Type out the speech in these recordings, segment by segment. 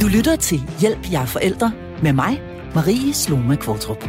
Du lytter til Hjælp, jeg er forælder med mig, Marie Sloma Kvartrup.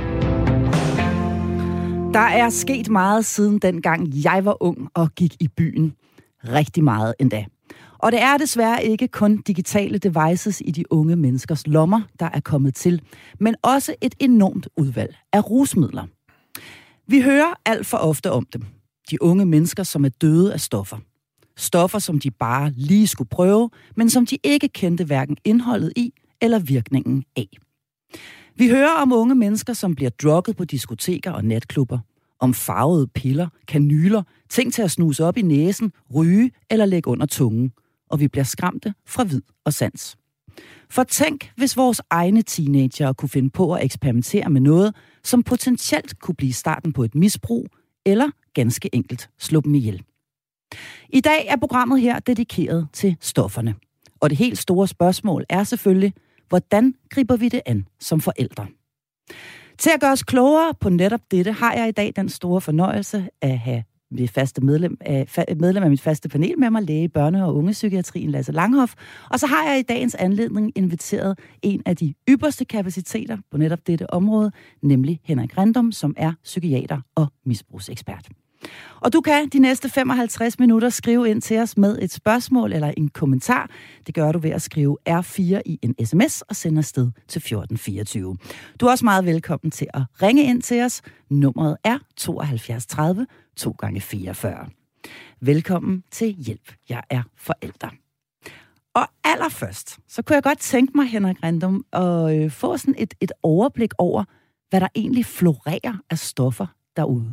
Der er sket meget siden dengang jeg var ung og gik i byen. Rigtig meget endda. Og det er desværre ikke kun digitale devices i de unge menneskers lommer, der er kommet til, men også et enormt udvalg af rusmidler. Vi hører alt for ofte om dem. De unge mennesker, som er døde af stoffer. Stoffer, som de bare lige skulle prøve, men som de ikke kendte hverken indholdet i eller virkningen af. Vi hører om unge mennesker, som bliver drugget på diskoteker og natklubber. Om farvede piller, kanyler, ting til at snuse op i næsen, ryge eller lægge under tungen. Og vi bliver skræmte fra vid og sans. For tænk, hvis vores egne teenager kunne finde på at eksperimentere med noget, som potentielt kunne blive starten på et misbrug, eller ganske enkelt slå dem ihjel. I dag er programmet her dedikeret til stofferne. Og det helt store spørgsmål er selvfølgelig, hvordan griber vi det an som forældre? Til at gøre os klogere på netop dette, har jeg i dag den store fornøjelse at have medlem af mit faste panel med mig, læge i børne- og ungepsykiatrien Lasse Langhoff. Og så har jeg i dagens anledning inviteret en af de ypperste kapaciteter på netop dette område, nemlig Henrik Rindom, som er psykiater og misbrugsekspert. Og du kan de næste 55 minutter skrive ind til os med et spørgsmål eller en kommentar. Det gør du ved at skrive R4 i en sms og sende afsted til 1424. Du er også meget velkommen til at ringe ind til os. Nummeret er 72 30 2x44. Velkommen til Hjælp, jeg er forælder. Og allerførst, så kunne jeg godt tænke mig, Henrik Rindom, at få sådan et overblik over, hvad der egentlig florerer af stoffer derude.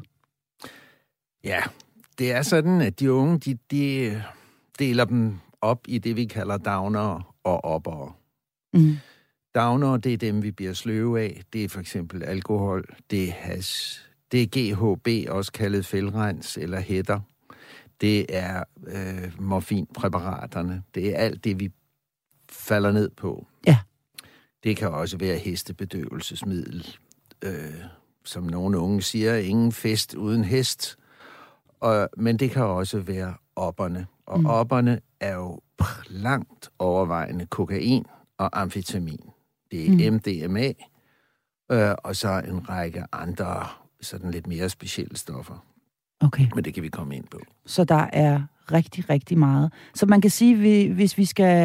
Ja, det er sådan, at de unge, de deler dem op i det, vi kalder downer og uppere. Mm. Downer, det er dem, vi bliver sløve af. Det er for eksempel alkohol, det er hash, det er GHB, også kaldet fældrens eller hætter. Det er morfinpræparaterne. Det er alt det, vi falder ned på. Ja. Det kan også være hestebedøvelsesmiddel. Som nogle unge siger, ingen fest uden hest. Men det kan også være upperne. Og upperne er jo langt overvejende kokain og amfetamin. Det er MDMA, og så en række andre sådan lidt mere specielle stoffer. Okay. Men det kan vi komme ind på. Så der er rigtig, rigtig meget. Så man kan sige, hvis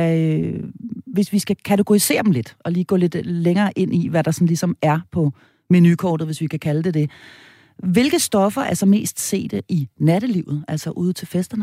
vi skal kategorisere dem lidt, og lige gå lidt længere ind i, hvad der sådan ligesom er på menukortet, hvis vi kan kalde det det. Hvilke stoffer er så mest sete i nattelivet, altså ude til festerne?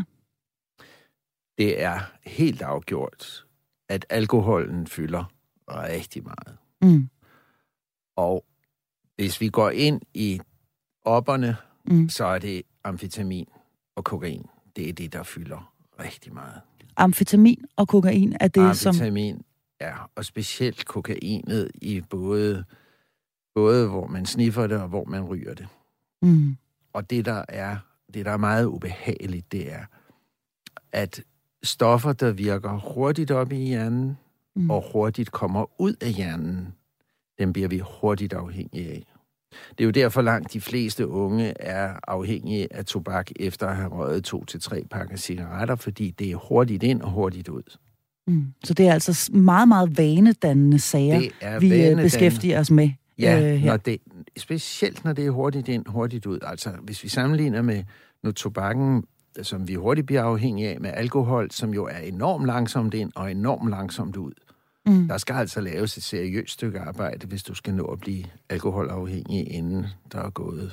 Det er helt afgjort, at alkoholen fylder rigtig meget. Mm. Og hvis vi går ind i upperne, så er det amfetamin og kokain. Det er det, der fylder rigtig meget. Amfetamin og kokain er det, amfetamin, ja, og specielt kokainet i både hvor man sniffer det og hvor man ryger det. Mm. Og det der er meget ubehageligt, det er, at stoffer, der virker hurtigt op i hjernen, og hurtigt kommer ud af hjernen, dem bliver vi hurtigt afhængige af. Det er jo derfor langt de fleste unge er afhængige af tobak efter at have røget 2-3 pakker cigaretter, fordi det er hurtigt ind og hurtigt ud. Mm. Så det er altså meget, meget vanedannende sager, vi beskæftiger os med. Ja, specielt når det er hurtigt ind, hurtigt ud. Altså, hvis vi sammenligner med tobakken, som vi hurtigt bliver afhængige af, med alkohol, som jo er enormt langsomt ind og enormt langsomt ud. Mm. Der skal altså laves et seriøst stykke arbejde, hvis du skal nå at blive alkoholafhængig, inden der er gået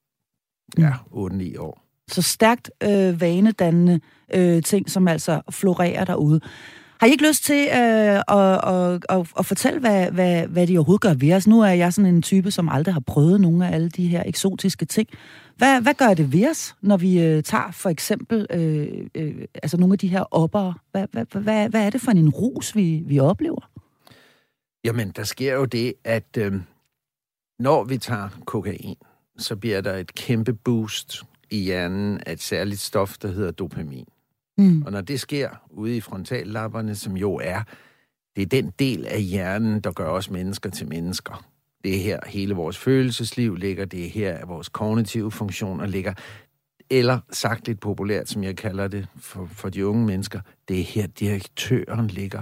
8-9 år. Så stærkt vanedannende ting, som altså florerer derude. Har I ikke lyst til at fortælle, hvad de overhovedet gør ved os? Nu er jeg sådan en type, som aldrig har prøvet nogle af alle de her eksotiske ting. Hvad gør det ved os, når vi tager for eksempel altså nogle af de her uppere? Hvad er det for en rus, vi oplever? Jamen, der sker jo det, at når vi tager kokain, så bliver der et kæmpe boost i hjernen af et særligt stof, der hedder dopamin. Mm. Og når det sker ude i frontallapperne, som jo det er den del af hjernen, der gør os mennesker til mennesker. Det er her hele vores følelsesliv ligger, det er her vores kognitive funktioner ligger. Eller sagt lidt populært, som jeg kalder det for de unge mennesker, det er her direktøren ligger. Det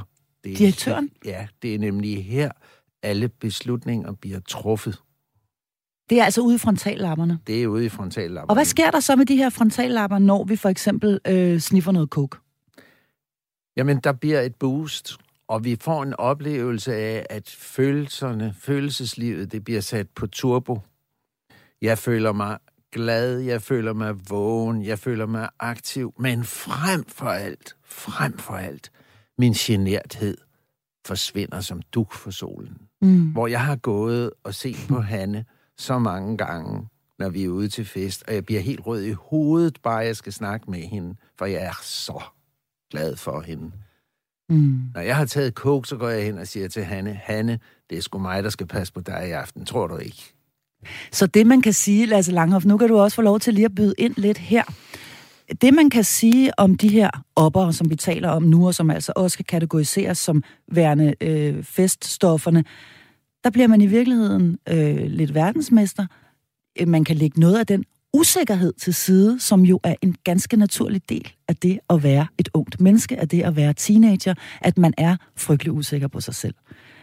direktøren? Ja, det er nemlig her, alle beslutninger bliver truffet. Det er altså ude i frontallapperne? Det er ude i frontallapperne. Og hvad sker der så med de her frontallapper, når vi for eksempel sniffer noget coke? Jamen, der bliver et boost, og vi får en oplevelse af, at følelseslivet, det bliver sat på turbo. Jeg føler mig glad, jeg føler mig vågen, jeg føler mig aktiv, men frem for alt, min generthed forsvinder som dug for solen. Hvor jeg har gået og set på Hanne så mange gange, når vi er ude til fest, og jeg bliver helt rød i hovedet, bare jeg skal snakke med hende, for jeg er så glad for hende. Når jeg har taget coke, så går jeg hen og siger til Hanne, det er sgu mig, der skal passe på dig i aften, tror du ikke? Så det, man kan sige, Lasse Langhoff, nu kan du også få lov til lige at byde ind lidt her. Det, man kan sige om de her opper, som vi taler om nu, og som altså også kan kategoriseres som værende feststofferne, der bliver man i virkeligheden lidt verdensmester. Man kan lægge noget af den usikkerhed til side, som jo er en ganske naturlig del af det at være et ungt menneske, af det at være teenager, at man er frygtelig usikker på sig selv.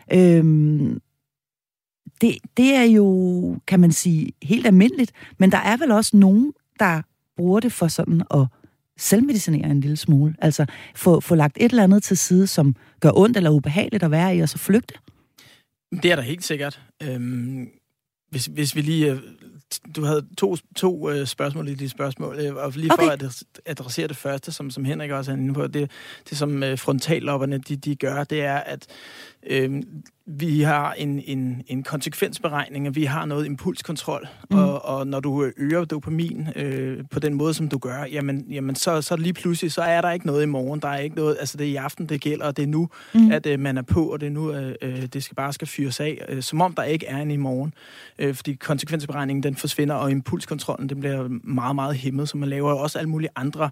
Det er jo, kan man sige, helt almindeligt, men der er vel også nogen, der bruger det for sådan at selvmedicinere en lille smule. Altså få lagt et eller andet til side, som gør ondt eller ubehageligt at være i, og så flygte. Det er der helt sikkert. Hvis vi lige... Du havde to spørgsmål i de spørgsmål, og lige for at adressere det første, som Henrik også er inde på, det som frontallopperne de gør, det er, at vi har en konsekvensberegning, og vi har noget impulskontrol, og når du øger dopamin på den måde, som du gør, jamen så lige pludselig, så er der ikke noget i morgen, der er ikke noget, altså det er i aften, det gælder, og det er nu, at man er på, og det er nu, det skal fyres af, som om der ikke er en i morgen, fordi konsekvensberegningen, den forsvinder, og impulskontrollen, den bliver meget, meget hæmmet, så man laver også alle mulige andre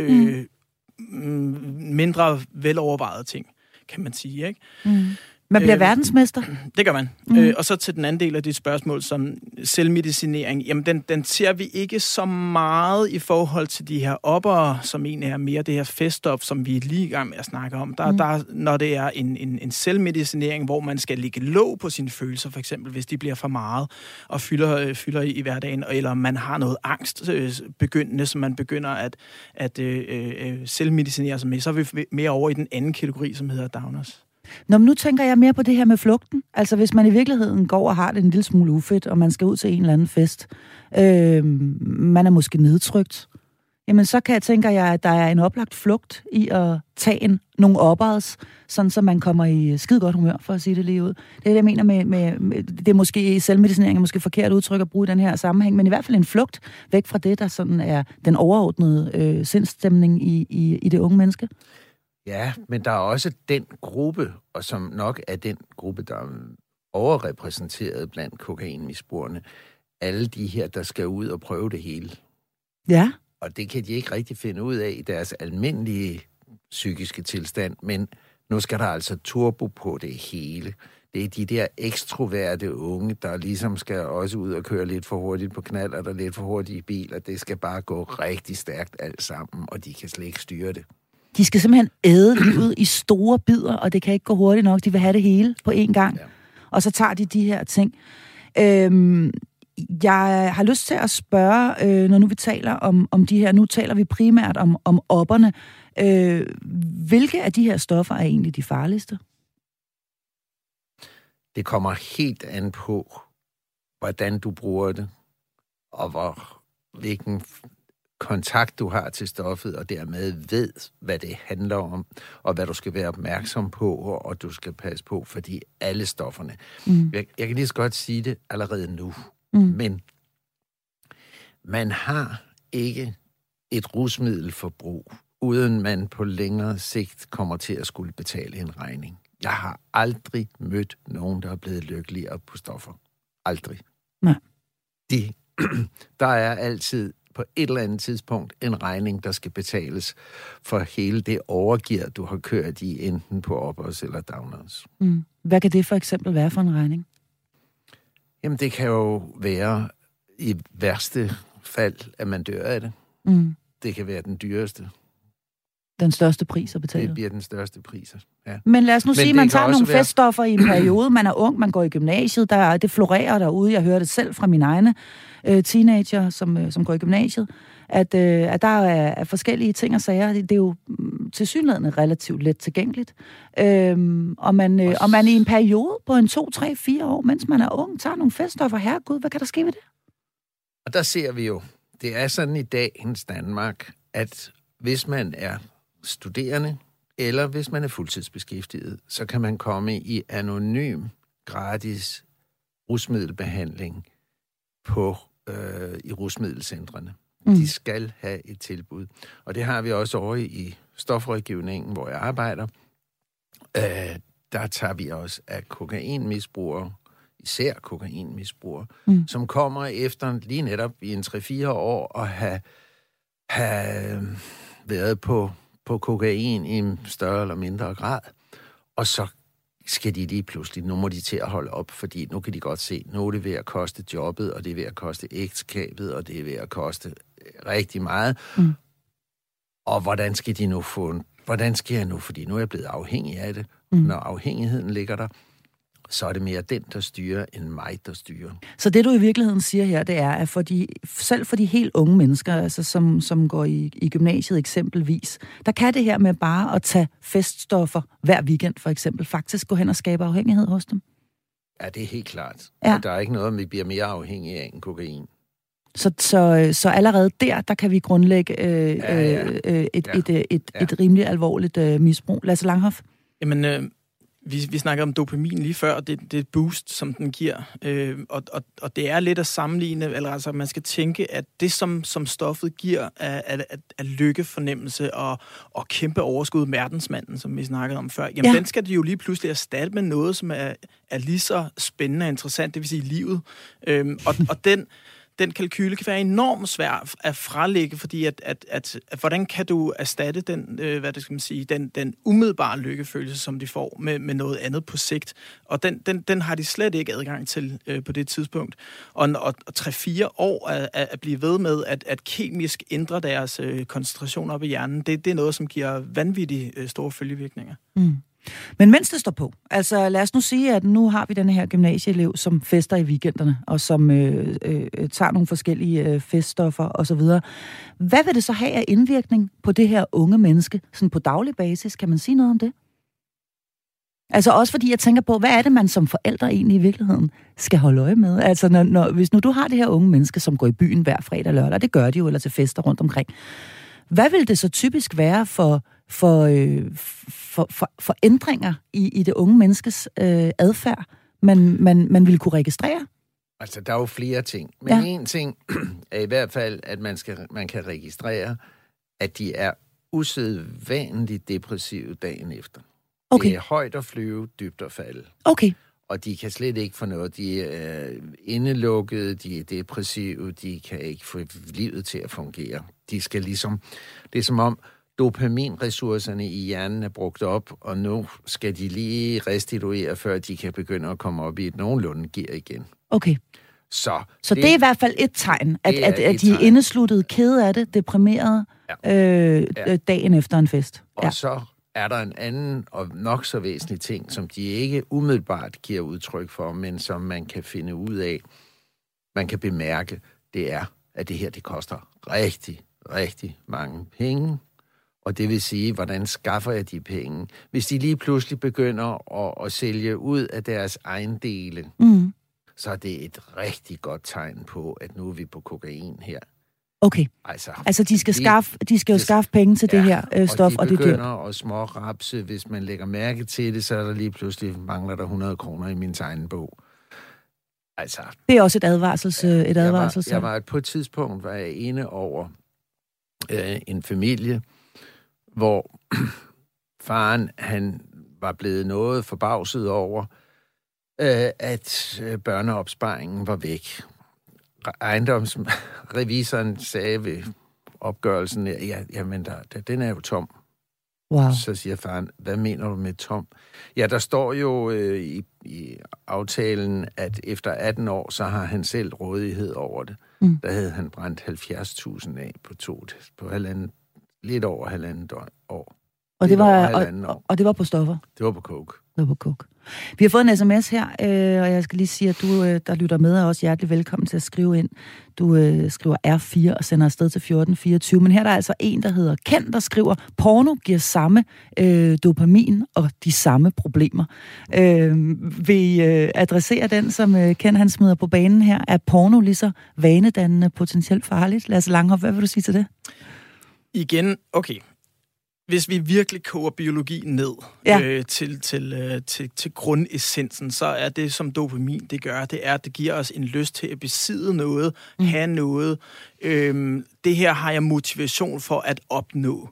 mindre velovervejede ting, kan man sige, ikke? Man bliver verdensmester. Det gør man. Og så til den anden del af dit spørgsmål, som selvmedicinering. Jamen, den ser vi ikke så meget i forhold til de her oppere, som egentlig er mere det her feststof, som vi er lige i gang med at snakke om. Der, når det er en selvmedicinering, hvor man skal lægge låg på sine følelser, for eksempel, hvis de bliver for meget og fylder i hverdagen, eller man har noget angst begyndende, som man begynder at selvmedicinere sig med, så er vi mere over i den anden kategori, som hedder downers. Nå, men nu tænker jeg mere på det her med flugten. Altså, hvis man i virkeligheden går og har det en lille smule ufedt, og man skal ud til en eller anden fest, man er måske nedtrykt, jamen så tænker jeg, at der er en oplagt flugt i at tage nogle oppers, sådan så man kommer i skide godt humør, for at sige det lige ud. Det er det, jeg mener med det er måske i selvmedicinering, måske forkert udtryk at bruge i den her sammenhæng, men i hvert fald en flugt væk fra det, der sådan er den overordnede sindstemning i det unge menneske. Ja, men der er også den gruppe, og som nok er den gruppe, der er overrepræsenteret blandt kokainmisbrugerne, alle de her, der skal ud og prøve det hele. Ja. Og det kan de ikke rigtig finde ud af i deres almindelige psykiske tilstand, men nu skal der altså turbo på det hele. Det er de der ekstroverte unge, der ligesom skal også ud og køre lidt for hurtigt på knallert og lidt for hurtigt i bil, og det skal bare gå rigtig stærkt alt sammen, og de kan slet ikke styre det. De skal simpelthen æde livet i store bidder, og det kan ikke gå hurtigt nok. De vil have det hele på én gang. Ja. Og så tager de her ting. Jeg har lyst til at spørge, når nu vi taler om de her, nu taler vi primært om opperne. Hvilke af de her stoffer er egentlig de farligste? Det kommer helt an på, hvordan du bruger det, og hvilken kontakt du har til stoffet, og dermed ved, hvad det handler om, og hvad du skal være opmærksom på, og du skal passe på, fordi alle stofferne. Jeg kan lige så godt sige det allerede nu, men man har ikke et rusmiddelforbrug, uden man på længere sigt kommer til at skulle betale en regning. Jeg har aldrig mødt nogen, der er blevet lykkeligere på stoffer. Aldrig. Nej. Der er altid på et eller andet tidspunkt en regning, der skal betales for hele det overgear, du har kørt i, enten på uppers eller downers. Hvad kan det for eksempel være for en regning? Jamen, det kan jo være i værste fald, at man dør af det. Det kan være den dyreste. Den største pris at betale. Det bliver den største pris, ja. Men lad os nu sige, at man tager nogle feststoffer i en periode. Man er ung, man går i gymnasiet, det florerer derude. Jeg hører det selv fra mine egne teenager, som går i gymnasiet, at der er forskellige ting og sager. Det er jo tilsyneladende relativt let tilgængeligt. Og man i en periode på en 2, 3, 4 år, mens man er ung, tager nogle feststoffer. Herregud, hvad kan der ske ved det? Og der ser vi jo, det er sådan i dagens Danmark, at hvis man er studerende, eller hvis man er fuldtidsbeskæftiget, så kan man komme i anonym, gratis rusmiddelbehandling i rusmiddelcentrene. De skal have et tilbud. Og det har vi også over i stofrådgivningen, hvor jeg arbejder. Der tager vi også af kokainmisbrugere, især kokainmisbrugere, som kommer efter lige netop i en 3-4 år og have været på kokain i en større eller mindre grad. Og så skal de lige pludselig, nu må de til at holde op, fordi nu kan de godt se, nu er det ved at koste jobbet, og det er ved at koste ægteskabet, og det er ved at koste rigtig meget. Og hvordan skal jeg nu, fordi nu er jeg blevet afhængig af det. Når afhængigheden ligger der, så er det mere den, der styrer, end mig, der styrer. Så det, du i virkeligheden siger her, det er, at selv for de helt unge mennesker, altså som går i gymnasiet eksempelvis, der kan det her med bare at tage feststoffer hver weekend for eksempel, faktisk gå hen og skabe afhængighed hos dem? Ja, det er helt klart. Ja. Og der er ikke noget, vi bliver mere afhængige af end kokain. Så allerede der kan vi grundlægge et rimelig alvorligt misbrug. Lasse Langhoff? Jamen, vi snakker om dopamin lige før, og det er et boost, som den giver. Og det er lidt at sammenligne, eller altså man skal tænke, at det, som stoffet giver af lykkefornemmelse og kæmpe overskud, verdensmanden, som vi snakkede om før, jamen den skal det jo lige pludselig erstatte med noget, som er lige så spændende og interessant, det vil sige livet. Og den kalkyle kan være enormt svær at frelægge, fordi at hvordan kan du erstatte den umiddelbare lykkefølelse, som de får med noget andet på sigt? Og den har de slet ikke adgang til på det tidspunkt. Og 3-4 år at blive ved med at kemisk ændre deres koncentration op i hjernen, det er noget, som giver vanvittigt store følgevirkninger. Men mens det står på, altså lad os nu sige, at nu har vi den her gymnasieelev, som fester i weekenderne, og som tager nogle forskellige feststoffer osv. Hvad vil det så have af indvirkning på det her unge menneske, sådan på daglig basis? Kan man sige noget om det? Altså også fordi jeg tænker på, hvad er det, man som forældre egentlig i virkeligheden skal holde øje med? Altså hvis nu du har det her unge menneske, som går i byen hver fredag og lørdag, det gør de jo, eller til fester rundt omkring. Hvad vil det så typisk være for ændringer i det unge menneskes adfærd, man ville kunne registrere? Altså, der er jo flere ting. Men en ting er i hvert fald, at man kan registrere, at de er usædvanligt depressive dagen efter. Okay. Det er højt at flyve, dybt at falde. Okay. Og de kan slet ikke få noget. De er indelukkede, de er depressive, de kan ikke få livet til at fungere. De skal ligesom, det er som om dopaminressourcerne i hjernen er brugt op, og nu skal de lige restituere, før de kan begynde at komme op i et nogenlunde gear igen. Okay. Så det er i hvert fald et tegn, at de er indesluttet, kede af det, deprimerede dagen efter en fest. Og så er der en anden og nok så væsentlig ting, som de ikke umiddelbart giver udtryk for, men som man kan finde ud af, man kan bemærke, det er, at det her, det koster rigtig, rigtig mange penge. Og det vil sige, hvordan skaffer jeg de penge? Hvis de lige pludselig begynder at sælge ud af deres ejendele, så er det et rigtig godt tegn på, at nu er vi på kokain her. Okay. Altså de skal jo skaffe penge til det her stof, og det dyrt. Og de begynder at smårapse. Hvis man lægger mærke til det, så er der lige pludselig mangler der 100 kroner i min tegnebog. Altså, det er også et advarsel. Jeg var på et tidspunkt var jeg inde over en familie, hvor faren han var blevet noget forbavset over, at børneopsparingen var væk. Ejendomsrevisoren sagde ved opgørelsen, jamen den er jo tom. Wow. Så siger faren, hvad mener du med tom? Ja, der står jo i aftalen, at efter 18 år, så har han selv rådighed over det. Der havde han brændt 70.000 af på halvanden lidt over 1,5 år. Og det var på stoffer? Det var på coke. Det var på coke. Vi har fået en sms her, og jeg skal lige sige, at du, der lytter med, er også hjertelig velkommen til at skrive ind. Du skriver R4 og sender afsted til 1424. Men her er der altså en, der hedder Ken, der skriver, porno giver samme dopamin og de samme problemer. Vil I adressere den, som Ken han smider på banen her? Er porno lige så vanedannende potentielt farligt? Lasse Langhoff, hvad vil du sige til det? Igen, okay. Hvis vi virkelig koger biologien ned til grundessensen, så er det, som dopamin det gør, det er, at det giver os en lyst til at besidde noget, have noget. Det her har jeg motivation for at opnå.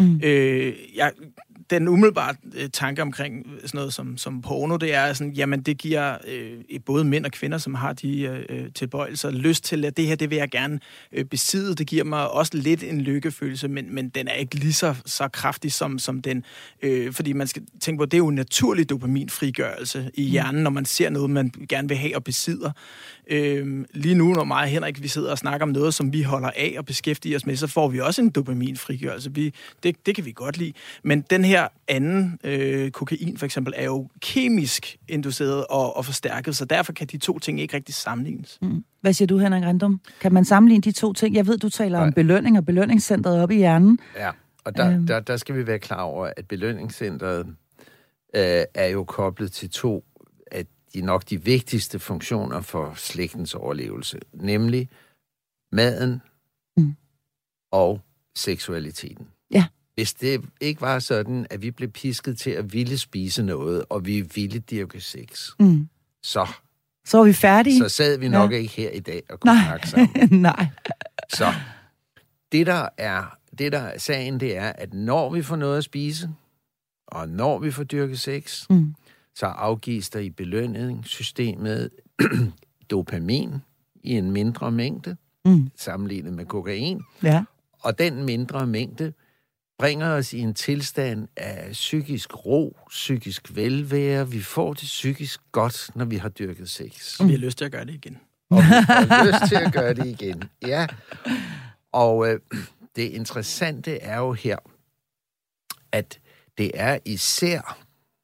Den umiddelbare tanke omkring sådan noget som porno, det er sådan, jamen det giver både mænd og kvinder, som har de tilbøjelser, lyst til, at det her, det vil jeg gerne besidde. Det giver mig også lidt en lykkefølelse, men den er ikke lige så kraftig som den. Fordi man skal tænke på, det er jo en naturlig dopaminfrigørelse i hjernen, når man ser noget, man gerne vil have og besidder. Lige nu, når mig og Henrik, vi sidder og snakker om noget, som vi holder af og beskæftiger os med, så får vi også en dopaminfrigørelse. Det kan vi godt lide. Men den her anden kokain for eksempel er jo kemisk induceret og forstærket, så derfor kan de to ting ikke rigtig sammenlignes. Hvad siger du, Henrik Rindum? Kan man sammenligne de to ting? Jeg ved, du taler om belønning og belønningscentret oppe i hjernen. Ja, og der skal vi være klar over, at belønningscentret er jo koblet til to af nok de vigtigste funktioner for slægtens overlevelse, nemlig maden og seksualiteten. Ja. Hvis det ikke var sådan, at vi blev pisket til at ville spise noget, og vi ville dyrke sex, så er vi færdige. Så sad vi nok ikke her i dag og kunne snakke sammen. Nej. Så det der er sagen, det er, at når vi får noget at spise, og når vi får dyrket sex, så afgives der i belønningssystemet dopamin i en mindre mængde, sammenlignet med kokain. Ja. Og den mindre mængde bringer os i en tilstand af psykisk ro, psykisk velvære. Vi får det psykisk godt, når vi har dyrket sex. Og vi har lyst til at gøre det igen. Og vi har lyst til at gøre det igen, ja. Og det interessante er jo her, at det er især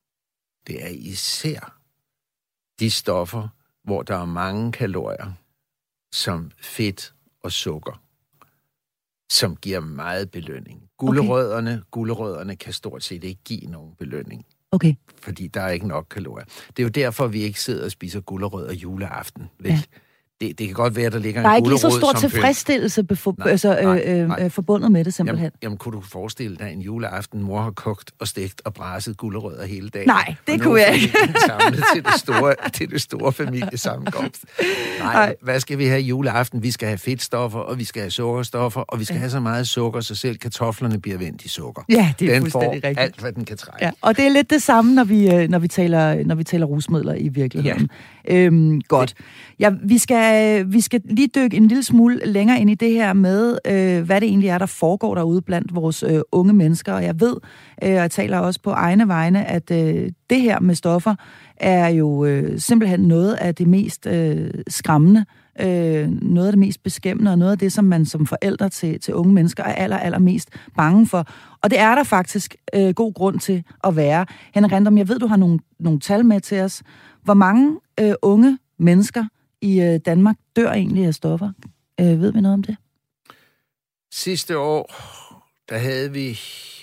de stoffer, hvor der er mange kalorier, som fedt og sukker, som giver meget belønning. Gulerødderne kan stort set ikke give nogen belønning. Okay. Fordi der er ikke nok kalorier. Det er jo derfor, vi ikke sidder og spiser gulerødder juleaften. Vel? Ja. Det kan godt være, der ligger en gulerod. Der er ikke lige så stor tilfredsstillelse forbundet med det, simpelthen. Jamen, kunne du forestille dig en juleaften, mor har kogt og stegt og braset gulerødder hele dagen? Nej, det kunne jeg ikke. Samlet til det store familiesammenkomst. Nej, hvad skal vi have juleaften? Vi skal have fedtstoffer, og vi skal have sukkerstoffer, og vi skal have så meget sukker, så selv kartoflerne bliver vendt i sukker. Ja, det er den fuldstændig får rigtigt. Alt, hvad den kan trække. Ja, og det er lidt det samme, når vi taler rusmidler i virkeligheden. Ja. Godt. Ja, vi skal lige dykke en lille smule længere ind i det her med, hvad det egentlig er, der foregår derude blandt vores unge mennesker. Og jeg ved, og jeg taler også på egne vegne, at det her med stoffer er jo simpelthen noget af det mest skræmmende, noget af det mest beskæmmende, og noget af det, som man som forældre til unge mennesker er allermest bange for. Og det er der faktisk god grund til at være. Henrik Rindum, jeg ved, du har nogle tal med til os. Hvor mange unge mennesker i Danmark dør egentlig af stoffer? Ved vi noget om det? Sidste år, der havde vi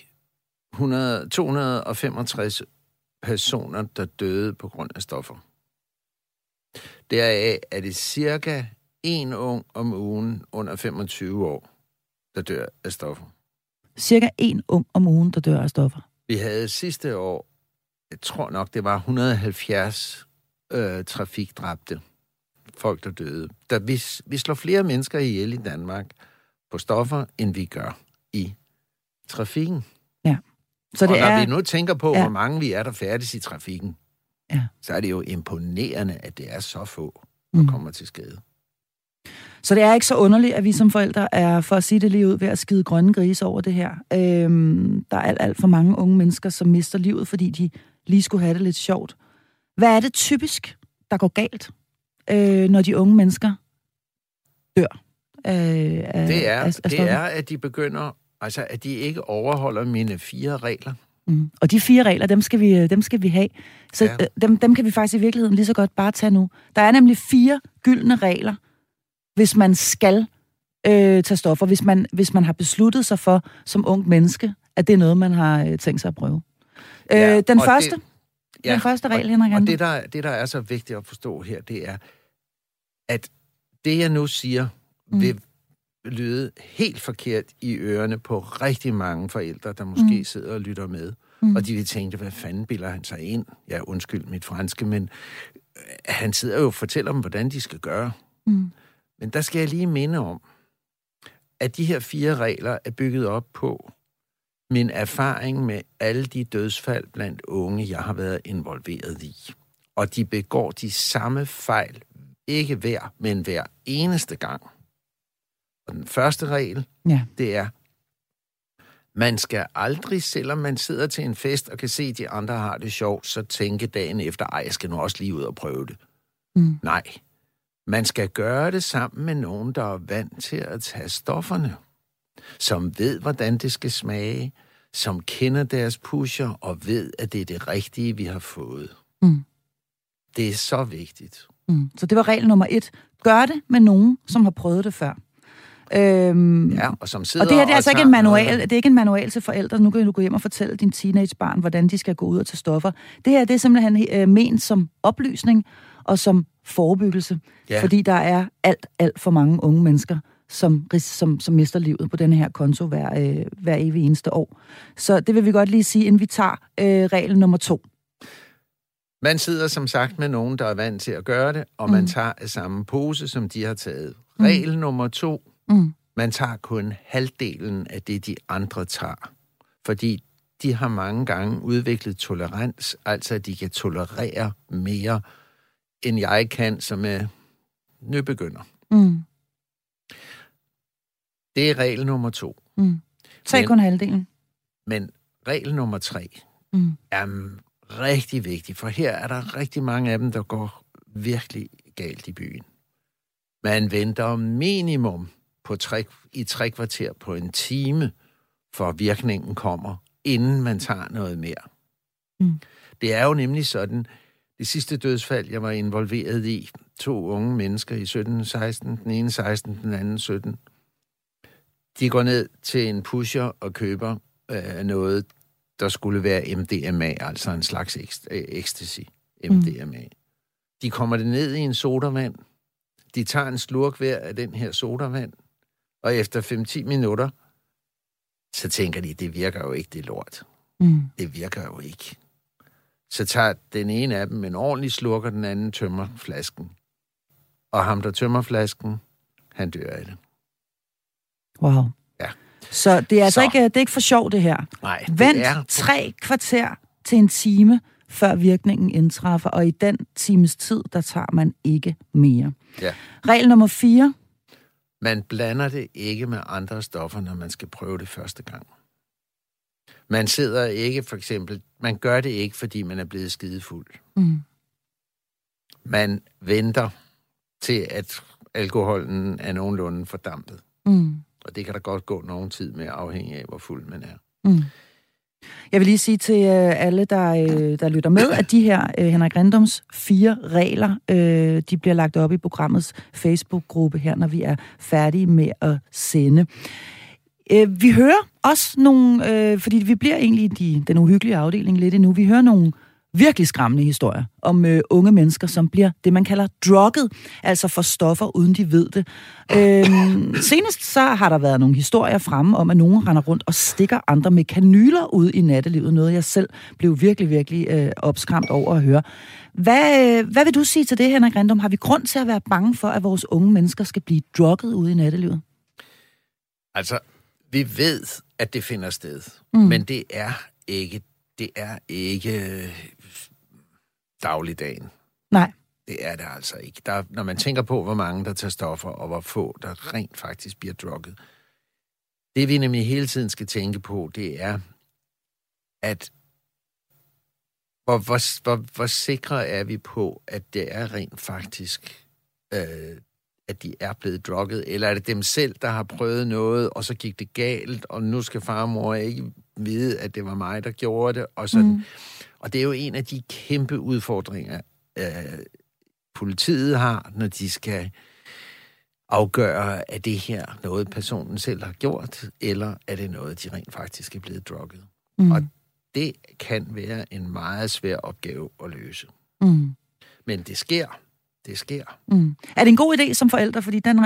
265 personer, der døde på grund af stoffer. Deraf er det cirka 1 ung om ugen under 25 år, der dør af stoffer. Cirka 1 ung om ugen, der dør af stoffer. Vi havde sidste år, jeg tror nok, det var 170 trafikdræbte. Folk, der døde. Vi slår flere mennesker ihjel i Danmark på stoffer, end vi gør i trafikken. Ja. Så det når vi nu tænker på, hvor mange vi er, der færdes i trafikken, så er det jo imponerende, at det er så få, der kommer til skade. Så det er ikke så underligt, at vi som forældre er, for at sige det lige ud, ved at skide grønne grise over det her. Der er alt for mange unge mennesker, som mister livet, fordi de lige skulle have det lidt sjovt. Hvad er det typisk, der går galt, når de unge mennesker dør? Det er, at de begynder Altså, at de ikke overholder mine 4 regler. Og de 4 regler, dem skal vi have. Så ja. Dem kan vi faktisk i virkeligheden lige så godt bare tage nu. Der er nemlig 4 gyldne regler, hvis man skal tage stoffer. Hvis man har besluttet sig for, som ung menneske, at det er noget, man har tænkt sig at prøve. Ja, den første regel, Henrik Rindom. Og det, der er så vigtigt at forstå her, det er, at det, jeg nu siger, vil lyde helt forkert i ørerne på rigtig mange forældre, der måske sidder og lytter med. Og de vil tænke, hvad fanden bilder han sig ind? Ja, undskyld mit franske, men han sidder jo og fortæller dem, hvordan de skal gøre. Men der skal jeg lige minde om, at de her 4 regler er bygget op på min erfaring med alle de dødsfald blandt unge, jeg har været involveret i. Og de begår de samme fejl, ikke hver, men hver eneste gang. Og den første regel, det er, man skal aldrig, selvom man sidder til en fest og kan se, at de andre har det sjovt, så tænke dagen efter, jeg skal nu også lige ud og prøve det. Nej. Man skal gøre det sammen med nogen, der er vant til at tage stofferne, som ved, hvordan det skal smage, som kender deres pusher og ved, at det er det rigtige, vi har fået. Det er så vigtigt. Så det var regel nummer 1. Gør det med nogen, som har prøvet det før. Og som sidder og det her det er altså ikke en manual. Det er ikke en manual til forældre. Nu kan du gå hjem og fortælle din teenagebarn, hvordan de skal gå ud og tage stoffer. Det her det er simpelthen ment som oplysning og som forebyggelse. Ja. Fordi der er alt for mange unge mennesker, som mister livet på denne her konto hver evig eneste år. Så det vil vi godt lige sige, inden vi tager regel nummer 2. Man sidder som sagt med nogen, der er vant til at gøre det, og man tager af samme pose, som de har taget. Regel nummer 2. Man tager kun halvdelen af det, de andre tager. Fordi de har mange gange udviklet tolerans, altså at de kan tolerere mere, end jeg kan, som er nybegynder. Det er regel nummer 2. Tag kun halvdelen. Men regel nummer 3 er rigtig vigtig, for her er der rigtig mange af dem, der går virkelig galt i byen. Man venter minimum på 3 kvarter på en time, for virkningen kommer, inden man tager noget mere. Det er jo nemlig sådan, det sidste dødsfald, jeg var involveret i, 2 unge mennesker i 17-16, den ene 16, den anden 17. De går ned til en pusher og køber noget, der skulle være MDMA, altså en slags ecstasy, MDMA. De kommer det ned i en sodavand. De tager en slurk hver af den her sodavand, og efter 5-10 minutter, så tænker de, det virker jo ikke, det lort. Det virker jo ikke. Så tager den ene af dem en ordentlig slurk, og den anden tømmer flasken. Og ham, der tømmer flasken, han dør af det. Wow. Ja. Så det er altså ikke, det er ikke for sjov, det her. Nej, Vent 3 kvarter til en time, før virkningen indtræffer, og i den times tid, der tager man ikke mere. Ja. Regel nummer 4. Man blander det ikke med andre stoffer, når man skal prøve det første gang. Man sidder ikke, for eksempel, man gør det ikke, fordi man er blevet skidefuld. Man venter til, at alkoholen er nogenlunde fordampet. Og det kan der godt gå nogen tid med, afhængig af, hvor fuld man er. Jeg vil lige sige til alle, der lytter med, at de her Henrik Rindoms 4 regler, de bliver lagt op i programmets Facebook-gruppe her, når vi er færdige med at sende. Vi hører også nogle, fordi vi bliver egentlig i den uhyggelige afdeling lidt endnu, vi hører nogle virkelig skræmmende historier om unge mennesker, som bliver det, man kalder drugget, altså for stoffer, uden de ved det. Senest så har der været nogle historier fremme om, at nogen render rundt og stikker andre med kanyler ud i nattelivet, noget jeg selv blev virkelig, virkelig opskræmt over at høre. Hvad vil du sige til det, Henrik Rindom? Har vi grund til at være bange for, at vores unge mennesker skal blive drugget ude i nattelivet? Altså, vi ved, at det finder sted, men det er ikke dagligdagen. Nej. Det er det altså ikke. Når man tænker på, hvor mange der tager stoffer, og hvor få der rent faktisk bliver drugget. Det vi nemlig hele tiden skal tænke på, det er, at hvor sikre er vi på, at det er rent faktisk, at de er blevet drugget, eller er det dem selv, der har prøvet noget, og så gik det galt, og nu skal far og mor ikke vide, at det var mig, der gjorde det, og sådan. Og det er jo en af de kæmpe udfordringer, politiet har, når de skal afgøre, er det her noget, personen selv har gjort, eller er det noget, de rent faktisk er blevet drugget. Og det kan være en meget svær opgave at løse. Men det sker. Det sker. Er det en god idé som forælder? Fordi den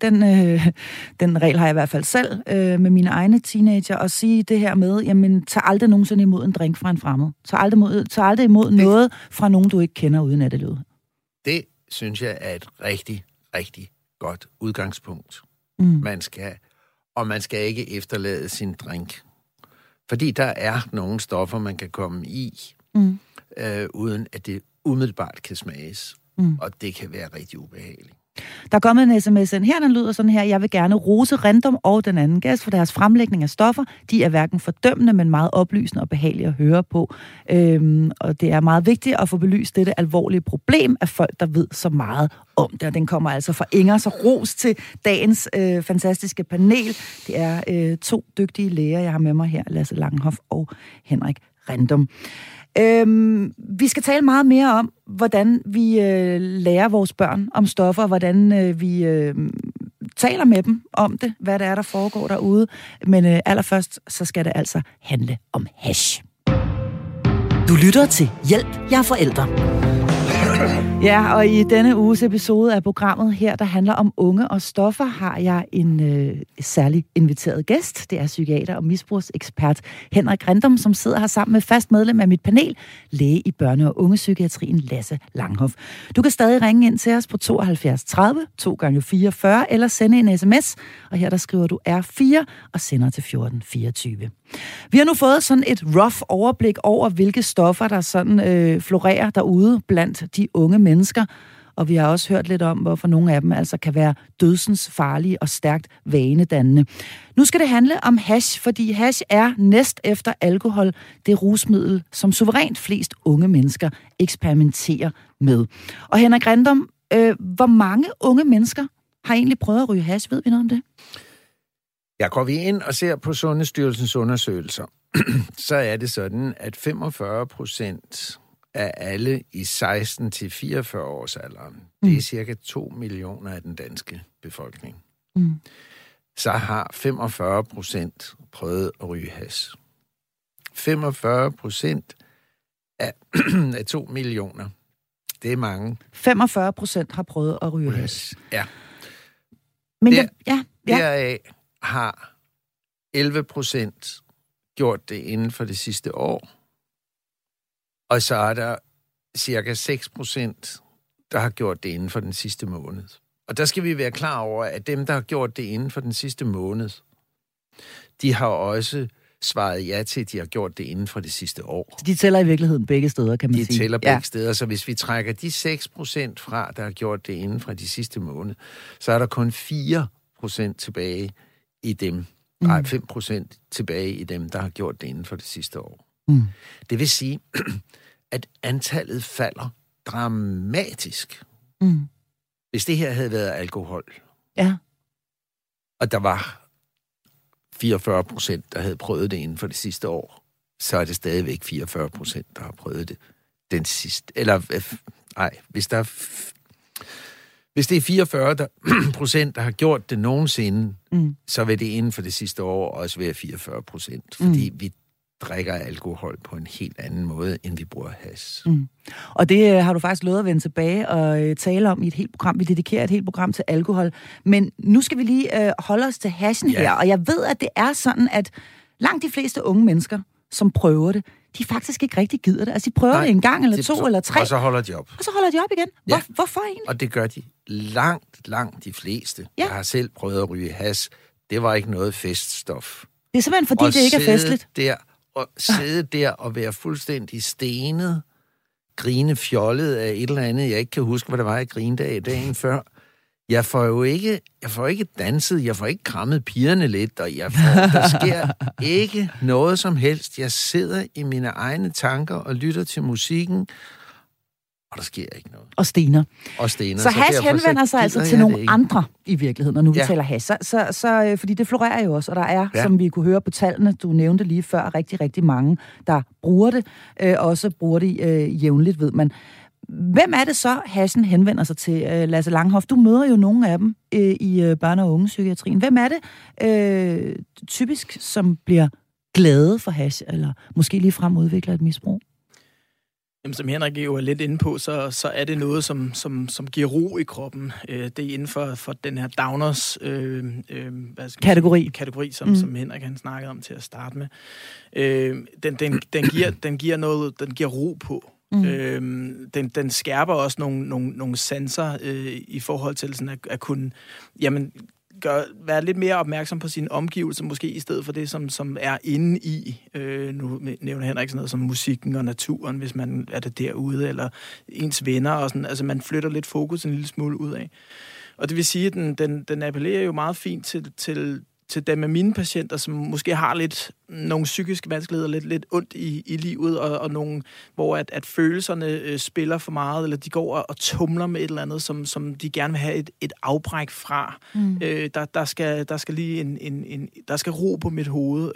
regel har jeg i hvert fald selv med mine egne teenager, at sige det her med, jamen, tag aldrig nogensinde imod en drink fra en fremmed. Tag aldrig imod noget fra nogen, du ikke kender uden nattelivet. Det synes jeg er et rigtig, rigtig godt udgangspunkt. Man skal ikke efterlade sin drink. Fordi der er nogle stoffer, man kan komme i, uden at det umiddelbart kan smages. Og det kan være rigtig ubehageligt. Der er kommet en sms ind her, den lyder sådan her: jeg vil gerne rose Random og den anden gæst for deres fremlægning af stoffer. De er hverken fordømmende, men meget oplysende og behagelige at høre på. Og det er meget vigtigt at få belyst dette alvorlige problem af folk, der ved så meget om det. Og den kommer altså fra Inger, så ros til dagens fantastiske panel. Det er 2 dygtige læger, jeg har med mig her, Lasse Langhoff og Henrik Random. Vi skal tale meget mere om, hvordan vi lærer vores børn om stoffer, hvordan vi taler med dem om det, hvad det er, der foregår derude. Men allerførst, så skal det altså handle om hash. Du lytter til Hjælp, jeg er forælder. Ja, og i denne uges episode af programmet her, der handler om unge og stoffer, har jeg en særlig inviteret gæst. Det er psykiater og misbrugsekspert Henrik Random, som sidder her sammen med fast medlem af mit panel, læge i børne- og ungepsykiatrien Lasse Langhoff. Du kan stadig ringe ind til os på 72 30 2x44 eller sende en sms, og her der skriver du R4 og sender til 1424. Vi har nu fået sådan et rough overblik over, hvilke stoffer, der sådan florerer derude blandt de unge mennesker. Og vi har også hørt lidt om, hvorfor nogle af dem altså kan være dødsens farlige og stærkt vanedannende. Nu skal det handle om hash, fordi hash er næst efter alkohol det rusmiddel, som suverænt flest unge mennesker eksperimenterer med. Og Henrik Random, hvor mange unge mennesker har egentlig prøvet at ryge hash? Ved vi noget om det? Ja, går vi ind og ser på Sundhedsstyrelsens undersøgelser, så er det sådan, at 45% af alle i 16-44 års alderen, det er cirka 2 millioner af den danske befolkning, så har 45% prøvet at ryge hash. 45% af 2 millioner, det er mange. 45% har prøvet at ryge hash. Ja. Men deraf har 11% gjort det inden for det sidste år. Og så er der cirka 6%, der har gjort det inden for den sidste måned. Og der skal vi være klar over, at dem, der har gjort det inden for den sidste måned, de har også svaret ja til, at de har gjort det inden for det sidste år. De tæller i virkeligheden begge steder, kan man sige. De tæller begge steder, så hvis vi trækker de 6% fra, der har gjort det inden for de sidste måned, så er der kun 4% tilbage i dem. 5% tilbage i dem, der har gjort det inden for det sidste år. Det vil sige, at antallet falder dramatisk. Hvis det her havde været alkohol, og der var 44%, der havde prøvet det inden for det sidste år, så er det stadigvæk 44%, der har prøvet det den sidste. Eller, hvis det er 44%, der har gjort det nogensinde, så vil det inden for det sidste år også være 44%, fordi vi drikker alkohol på en helt anden måde, end vi bruger hash. Og det har du faktisk lovet at vende tilbage og tale om i et helt program. Vi dedikerer et helt program til alkohol. Men nu skal vi lige holde os til hashen her. Og jeg ved, at det er sådan, at langt de fleste unge mennesker, som prøver det, de faktisk ikke rigtig gider det. Altså, de prøver det en gang, eller 2, eller 3. Og så holder de op. Igen. Hvorfor egentlig? Og det gør de langt de fleste. Jeg har selv prøvet at ryge hash. Det var ikke noget feststof. Det er simpelthen, fordi det ikke er festligt. Og sidde der og være fuldstændig stenet, grine fjollet af et eller andet. Jeg ikke kan huske, hvad der var, jeg grinede af dagen før. Jeg får ikke danset, jeg får ikke krammet pigerne lidt, og der sker ikke noget som helst. Jeg sidder i mine egne tanker og lytter til musikken, og der sker ikke noget. Og stener. Så hash henvender sig altså til nogle andre i virkeligheden, når nu vi taler hash. Så, fordi det florerer jo også, og der er, som vi kunne høre på tallene, du nævnte lige før, rigtig, rigtig mange, der bruger det, også bruger det jævnligt, ved man. Hvem er det så, hashen henvender sig til, Lasse Langhoff? Du møder jo nogle af dem i børne- og ungepsykiatrien. Hvem er det typisk, som bliver glade for hash, eller måske lige frem udvikler et misbrug? Jamen, som Henrik jo er lidt inde på, så er det noget, som giver ro i kroppen. Det er inden for den her downers kategori som Henrik han snakkede om til at starte med. Den giver ro på. Den skærper også nogle sanser i forhold til sådan at kunne være lidt mere opmærksom på sine omgivelser, måske i stedet for det, som er inde i. Nu nævner Henrik sådan noget som musikken og naturen, hvis man er det derude, eller ens venner og sådan. Altså, man flytter lidt fokus en lille smule ud af. Og det vil sige, at den appellerer jo meget fint til dem af mine patienter, som måske har nogle psykiske vanskeligheder, lidt ondt i livet, og nogle, hvor at følelserne spiller for meget, eller de går og tumler med et eller andet, som de gerne vil have et afbræk fra. Der skal lige der skal ro på mit hoved.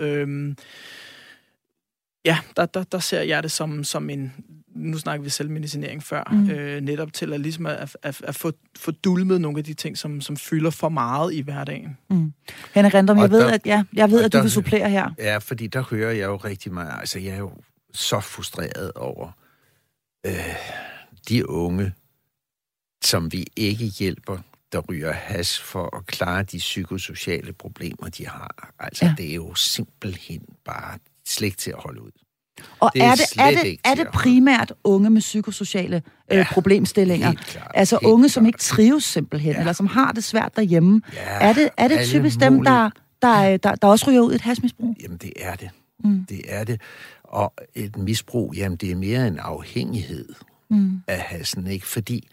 Der ser jeg det som en... Nu snakker vi selvmedicinering før, netop til at, ligesom at få dulmet nogle af de ting, som fylder for meget i hverdagen. Henrik Rindom, jeg ved, at du vil supplere her. Ja, fordi der hører jeg jo rigtig meget. Altså, jeg er jo så frustreret over de unge, som vi ikke hjælper, der ryger hash for at klare de psykosociale problemer, de har. Altså, det er jo simpelthen bare slet til at holde ud. Og er det primært unge med psykosociale problemstillinger? Altså unge, som ikke trives simpelthen, eller som har det svært derhjemme. Ja, er det typisk dem, der også ryger ud i et hashmisbrug? Jamen, det er det. Det er det. Og et misbrug, jamen, det er mere en afhængighed af hashen, ikke? Fordi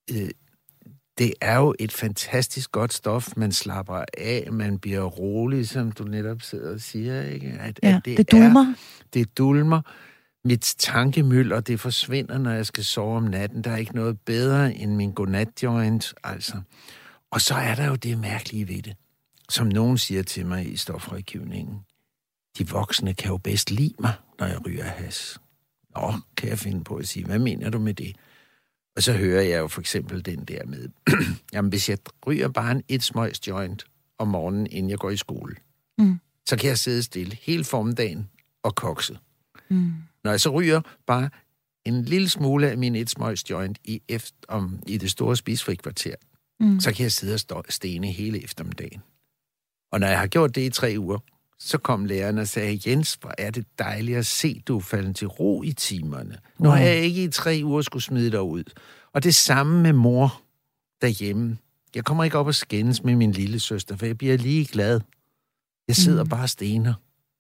det er jo et fantastisk godt stof, man slapper af, man bliver rolig, som du netop sidder og siger, ikke? Det dulmer. Det dulmer. Mit tankemylder, det forsvinder, når jeg skal sove om natten. Der er ikke noget bedre end min godnatjoint, altså. Og så er der jo det mærkelige ved det, som nogen siger til mig i stofrådgivningen. De voksne kan jo bedst lide mig, når jeg ryger hash. Nå, kan jeg finde på at sige, hvad mener du med det? Og så hører jeg jo for eksempel den der med, jamen hvis jeg ryger bare en etsmøjs joint om morgenen, inden jeg går i skole, så kan jeg sidde stille hele formiddagen og kokse. Når jeg så ryger bare en lille smule af min etsmøjs joint i det store spisefri kvarter, så kan jeg sidde og stene hele eftermiddagen. Og når jeg har gjort det i 3 uger, så kom læreren og sagde, Jens, hvor er det dejligt at se, du er faldet til ro i timerne. Nu har jeg ikke i 3 uger skulle smide dig ud. Og det samme med mor derhjemme. Jeg kommer ikke op og skændes med min lille søster, for jeg bliver lige glad. Jeg sidder bare og stener.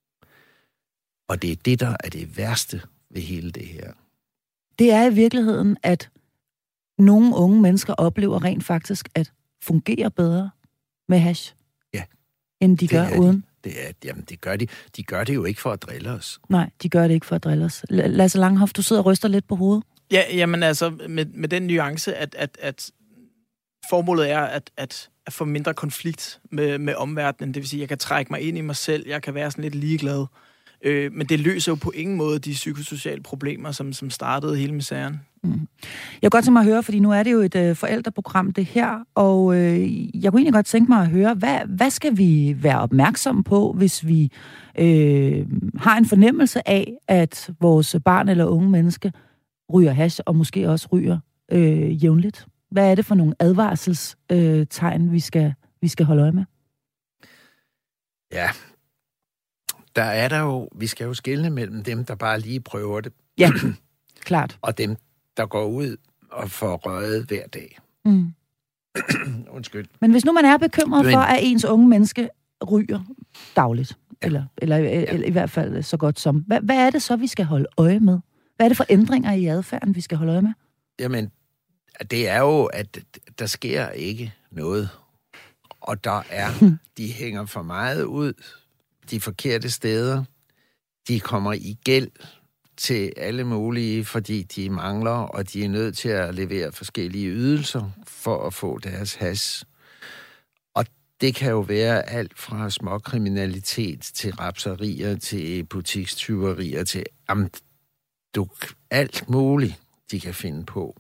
Og det er det, der er det værste ved hele det her. Det er i virkeligheden, at nogle unge mennesker oplever rent faktisk at fungere bedre med hash, end de gør uden. Det gør de. De gør det jo ikke for at drille os. Nej, de gør det ikke for at drille os. Lasse Langhoff, du sidder og ryster lidt på hovedet. Ja, jamen altså, med den nuance, at formålet er at få mindre konflikt med omverdenen. Det vil sige, at jeg kan trække mig ind i mig selv, jeg kan være sådan lidt ligeglad. Men det løser jo på ingen måde de psykosociale problemer, som startede hele misæren. Jeg kunne godt tænke mig at høre, fordi nu er det jo et forældreprogram, det her, og jeg kunne egentlig godt tænke mig at høre, hvad skal vi være opmærksomme på, hvis vi har en fornemmelse af, at vores barn eller unge menneske ryger hash, og måske også ryger jævnligt? Hvad er det for nogle advarselstegn, vi skal holde øje med? Ja, der er der jo, vi skal jo skelne mellem dem, der bare lige prøver det. Ja, klart. Og dem, der går ud og får røget hver dag. Undskyld. Men hvis nu man er bekymret for, at ens unge menneske ryger dagligt, eller i hvert fald så godt som, hvad er det så, vi skal holde øje med? Hvad er det for ændringer i adfærden, vi skal holde øje med? Jamen, det er jo, at der sker ikke noget. Og de hænger for meget ud, de forkerte steder, de kommer i gæld, til alle mulige, fordi de mangler, og de er nødt til at levere forskellige ydelser for at få deres hash. Og det kan jo være alt fra småkriminalitet til rapserier, til butikstyverier, til alt muligt, de kan finde på.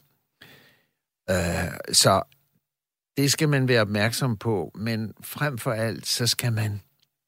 Så det skal man være opmærksom på, men frem for alt, så skal man...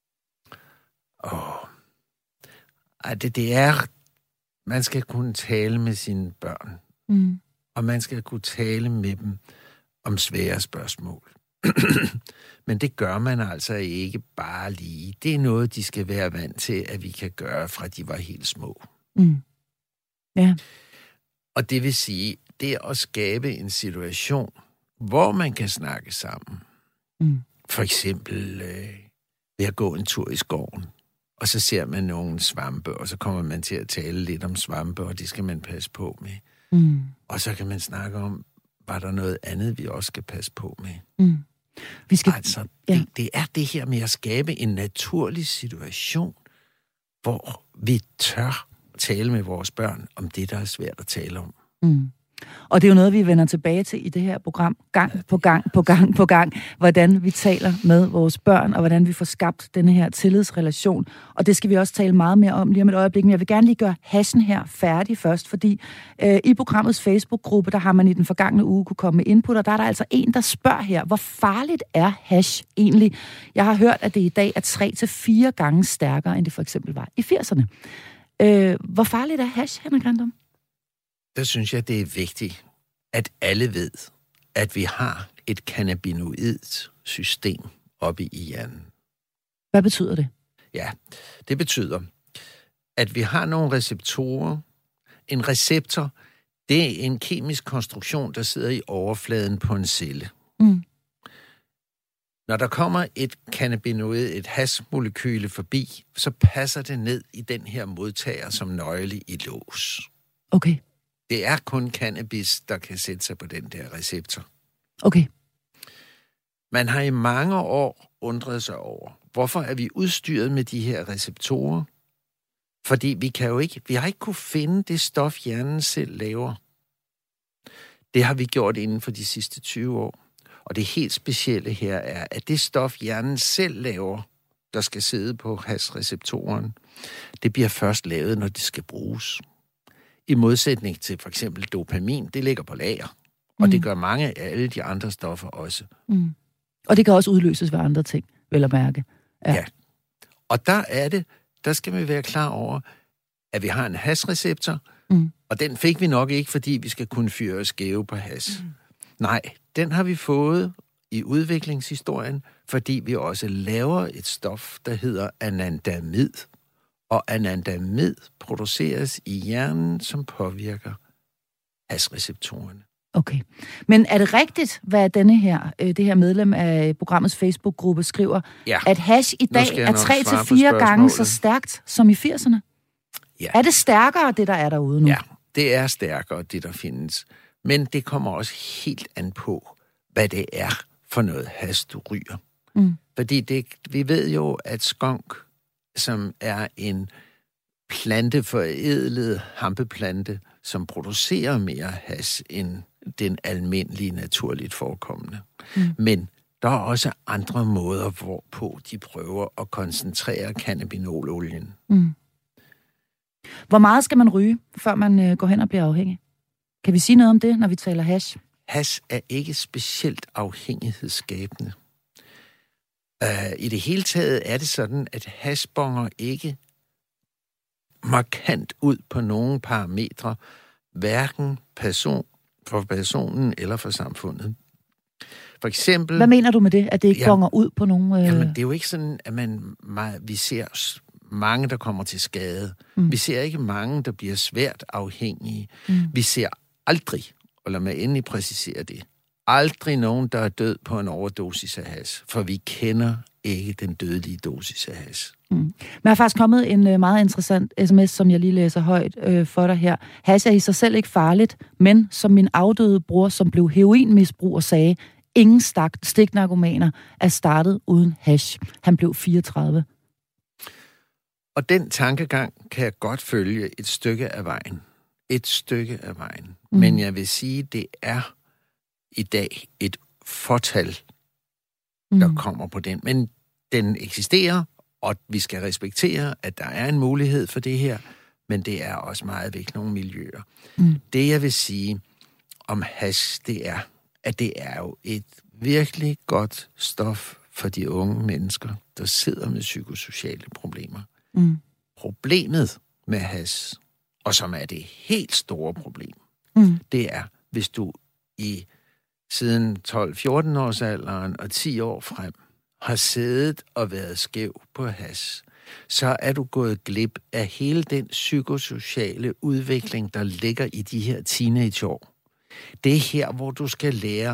Man skal kunne tale med sine børn, og man skal kunne tale med dem om svære spørgsmål. Men det gør man altså ikke bare lige. Det er noget, de skal være vant til, at vi kan gøre, fra de var helt små. Ja. Og det vil sige, det er at skabe en situation, hvor man kan snakke sammen. For eksempel ved at gå en tur i skoven, og så ser man nogle svampe, og så kommer man til at tale lidt om svampe, og det skal man passe på med. Og så kan man snakke om, var der noget andet, vi også skal passe på med. Vi skal... Altså, det er det her med at skabe en naturlig situation, hvor vi tør tale med vores børn om det, der er svært at tale om. Og det er jo noget, vi vender tilbage til i det her program, gang på gang, hvordan vi taler med vores børn, og hvordan vi får skabt denne her tillidsrelation. Og det skal vi også tale meget mere om lige om et øjeblik, men jeg vil gerne lige gøre hashen her færdig først, fordi i programmets Facebook-gruppe, der har man i den forgangne uge kunne komme med input, og der er der altså en, der spørger her, hvor farligt er hash egentlig? Jeg har hørt, at det i dag er 3 til 4 gange stærkere, end det for eksempel var i 80'erne. Hvor farligt er hash, Henrik Rindom? Der synes jeg, det er vigtigt, at alle ved, at vi har et cannabinoidt system oppe i hjernen. Hvad betyder det? Ja, det betyder, at vi har nogle receptorer. En receptor, det er en kemisk konstruktion, der sidder i overfladen på en celle. Når der kommer et cannabinoid, et hashmolekyle forbi, så passer det ned i den her modtager som nøgle i lås. Okay. Det er kun cannabis, der kan sætte sig på den der receptor. Okay. Man har i mange år undret sig over, hvorfor er vi udstyret med de her receptorer? Fordi vi har ikke kunne finde det stof, hjernen selv laver. Det har vi gjort inden for de sidste 20 år. Og det helt specielle her er, at det stof, hjernen selv laver, der skal sidde på hashreceptoren, det bliver først lavet, når det skal bruges. I modsætning til for eksempel dopamin, det ligger på lager. Og det gør mange af alle de andre stoffer også. Og det kan også udløses ved andre ting, vel at mærke. Ja. Og der skal vi være klar over, at vi har en hashreceptor, og den fik vi nok ikke, fordi vi skal kunne fyre skæve på hash. Nej, den har vi fået i udviklingshistorien, fordi vi også laver et stof, der hedder anandamid. Og anandamid produceres i hjernen, som påvirker hashreceptorerne. Okay. Men er det rigtigt, hvad det her medlem af programmets Facebook-gruppe skriver, at hash i dag er 3-4 gange så stærkt som i 80'erne? Ja. Er det stærkere, det der er derude nu? Ja, det er stærkere, det der findes. Men det kommer også helt an på, hvad det er for noget hash, du ryger. Fordi vi ved jo, at skunk, som er en planteforædlet hampeplante, som producerer mere hash end den almindelige naturligt forekommende. Men der er også andre måder, hvorpå de prøver at koncentrere cannabinololien. Hvor meget skal man ryge, før man går hen og bliver afhængig? Kan vi sige noget om det, når vi taler hash? Hash er ikke specielt afhængighedsskabende. I det hele taget er det sådan, at hash bonger ikke markant ud på nogle parametre, hverken for personen eller for samfundet. For eksempel... Hvad mener du med det, at det ikke bonger ud på nogle... Jamen, det er jo ikke sådan, at vi ser mange, der kommer til skade. Vi ser ikke mange, der bliver svært afhængige. Vi ser aldrig, og lad mig endelig præcisere det, aldrig nogen, der er død på en overdosis af hash, for vi kender ikke den dødelige dosis af hash. Men der er faktisk kommet en meget interessant sms, som jeg lige læser højt for dig her. Hash er i sig selv ikke farligt, men som min afdøde bror, som blev heroinmisbruger, sagde, ingen stiknarkomaner er startet uden hash. Han blev 34. Og den tankegang kan jeg godt følge et stykke af vejen. Men jeg vil sige, det er i dag et fortal, der kommer på den. Men den eksisterer, og vi skal respektere, at der er en mulighed for det her, men det er også meget væk nogle miljøer. Det, jeg vil sige om hash, det er, at det er jo et virkelig godt stof for de unge mennesker, der sidder med psykosociale problemer. Problemet med hash, og som er det helt store problem, det er, hvis du i siden 12-14-årsalderen og 10 år frem har siddet og været skæv på hash, så er du gået glip af hele den psykosociale udvikling, der ligger i de her teenageår. Det er her, hvor du skal lære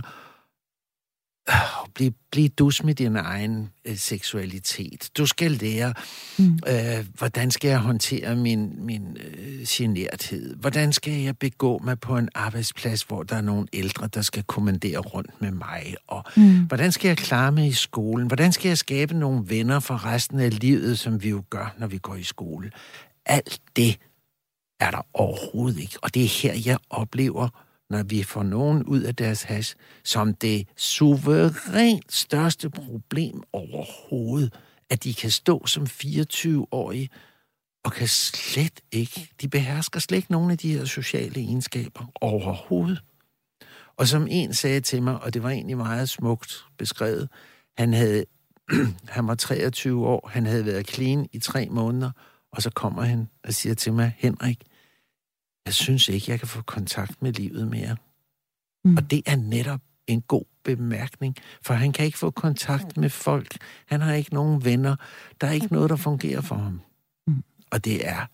blive dus med din egen seksualitet. Du skal lære, hvordan skal jeg håndtere min generthed? Hvordan skal jeg begå mig på en arbejdsplads, hvor der er nogle ældre, der skal kommandere rundt med mig? Og hvordan skal jeg klare mig i skolen? Hvordan skal jeg skabe nogle venner for resten af livet, som vi jo gør, når vi går i skole? Alt det er der overhovedet ikke. Og det er her, jeg oplever, når vi får nogen ud af deres hash, som det suverænt største problem overhovedet, at de kan stå som 24-årige og kan slet ikke, de behersker slet ikke nogen af de her sociale egenskaber overhovedet. Og som en sagde til mig, og det var egentlig meget smukt beskrevet, han var 23 år, han havde været clean i 3 måneder, og så kommer han og siger til mig, Henrik, jeg synes ikke, jeg kan få kontakt med livet mere. Og det er netop en god bemærkning, for han kan ikke få kontakt med folk. Han har ikke nogen venner. Der er ikke noget, der fungerer for ham. Og det er...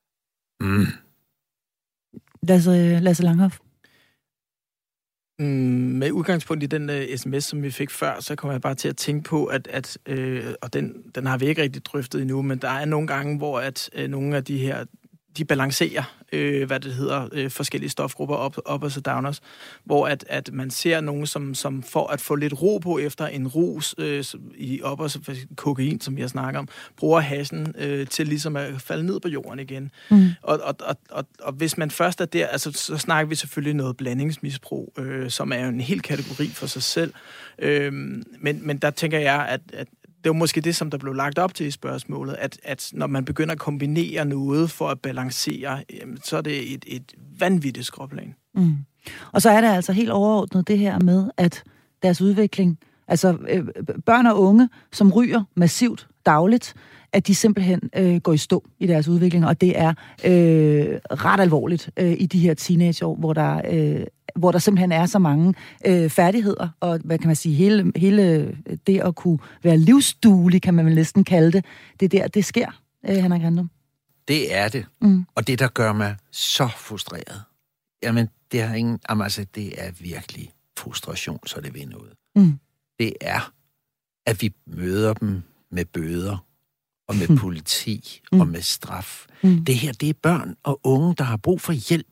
Lasse Langhoff. Med udgangspunkt i den sms, som vi fik før, så kommer jeg bare til at tænke på, og den har vi ikke rigtig drøftet endnu, men der er nogle gange, hvor nogle af de her de balancerer, forskellige stofgrupper, uppers og downers, hvor at man ser nogen, som for at få lidt ro på efter en rus i uppers, kokain, som vi har snakket om, bruger hashen til ligesom at falde ned på jorden igen. Og hvis man først er der, altså, så snakker vi selvfølgelig noget blandingsmisbrug, som er en hel kategori for sig selv. Men der tænker jeg, at det var måske det, som der blev lagt op til i spørgsmålet, at når man begynder at kombinere noget for at balancere, så er det et vanvittigt skråplan. Og så er det altså helt overordnet det her med, at deres udvikling, altså børn og unge, som ryger massivt dagligt, at de simpelthen går i stå i deres udvikling, og det er ret alvorligt i de her teenageår, hvor der simpelthen er så mange færdigheder, og hvad kan man sige, hele det at kunne være livsduelig, kan man vel næsten kalde det, det er der, det sker, Henrik Randum. Det er det, og det, der gør mig så frustreret, jamen, det er virkelig frustration, så det ved noget. Det er, at vi møder dem med bøder, og med politi, og med straf. Det her, det er børn og unge, der har brug for hjælp.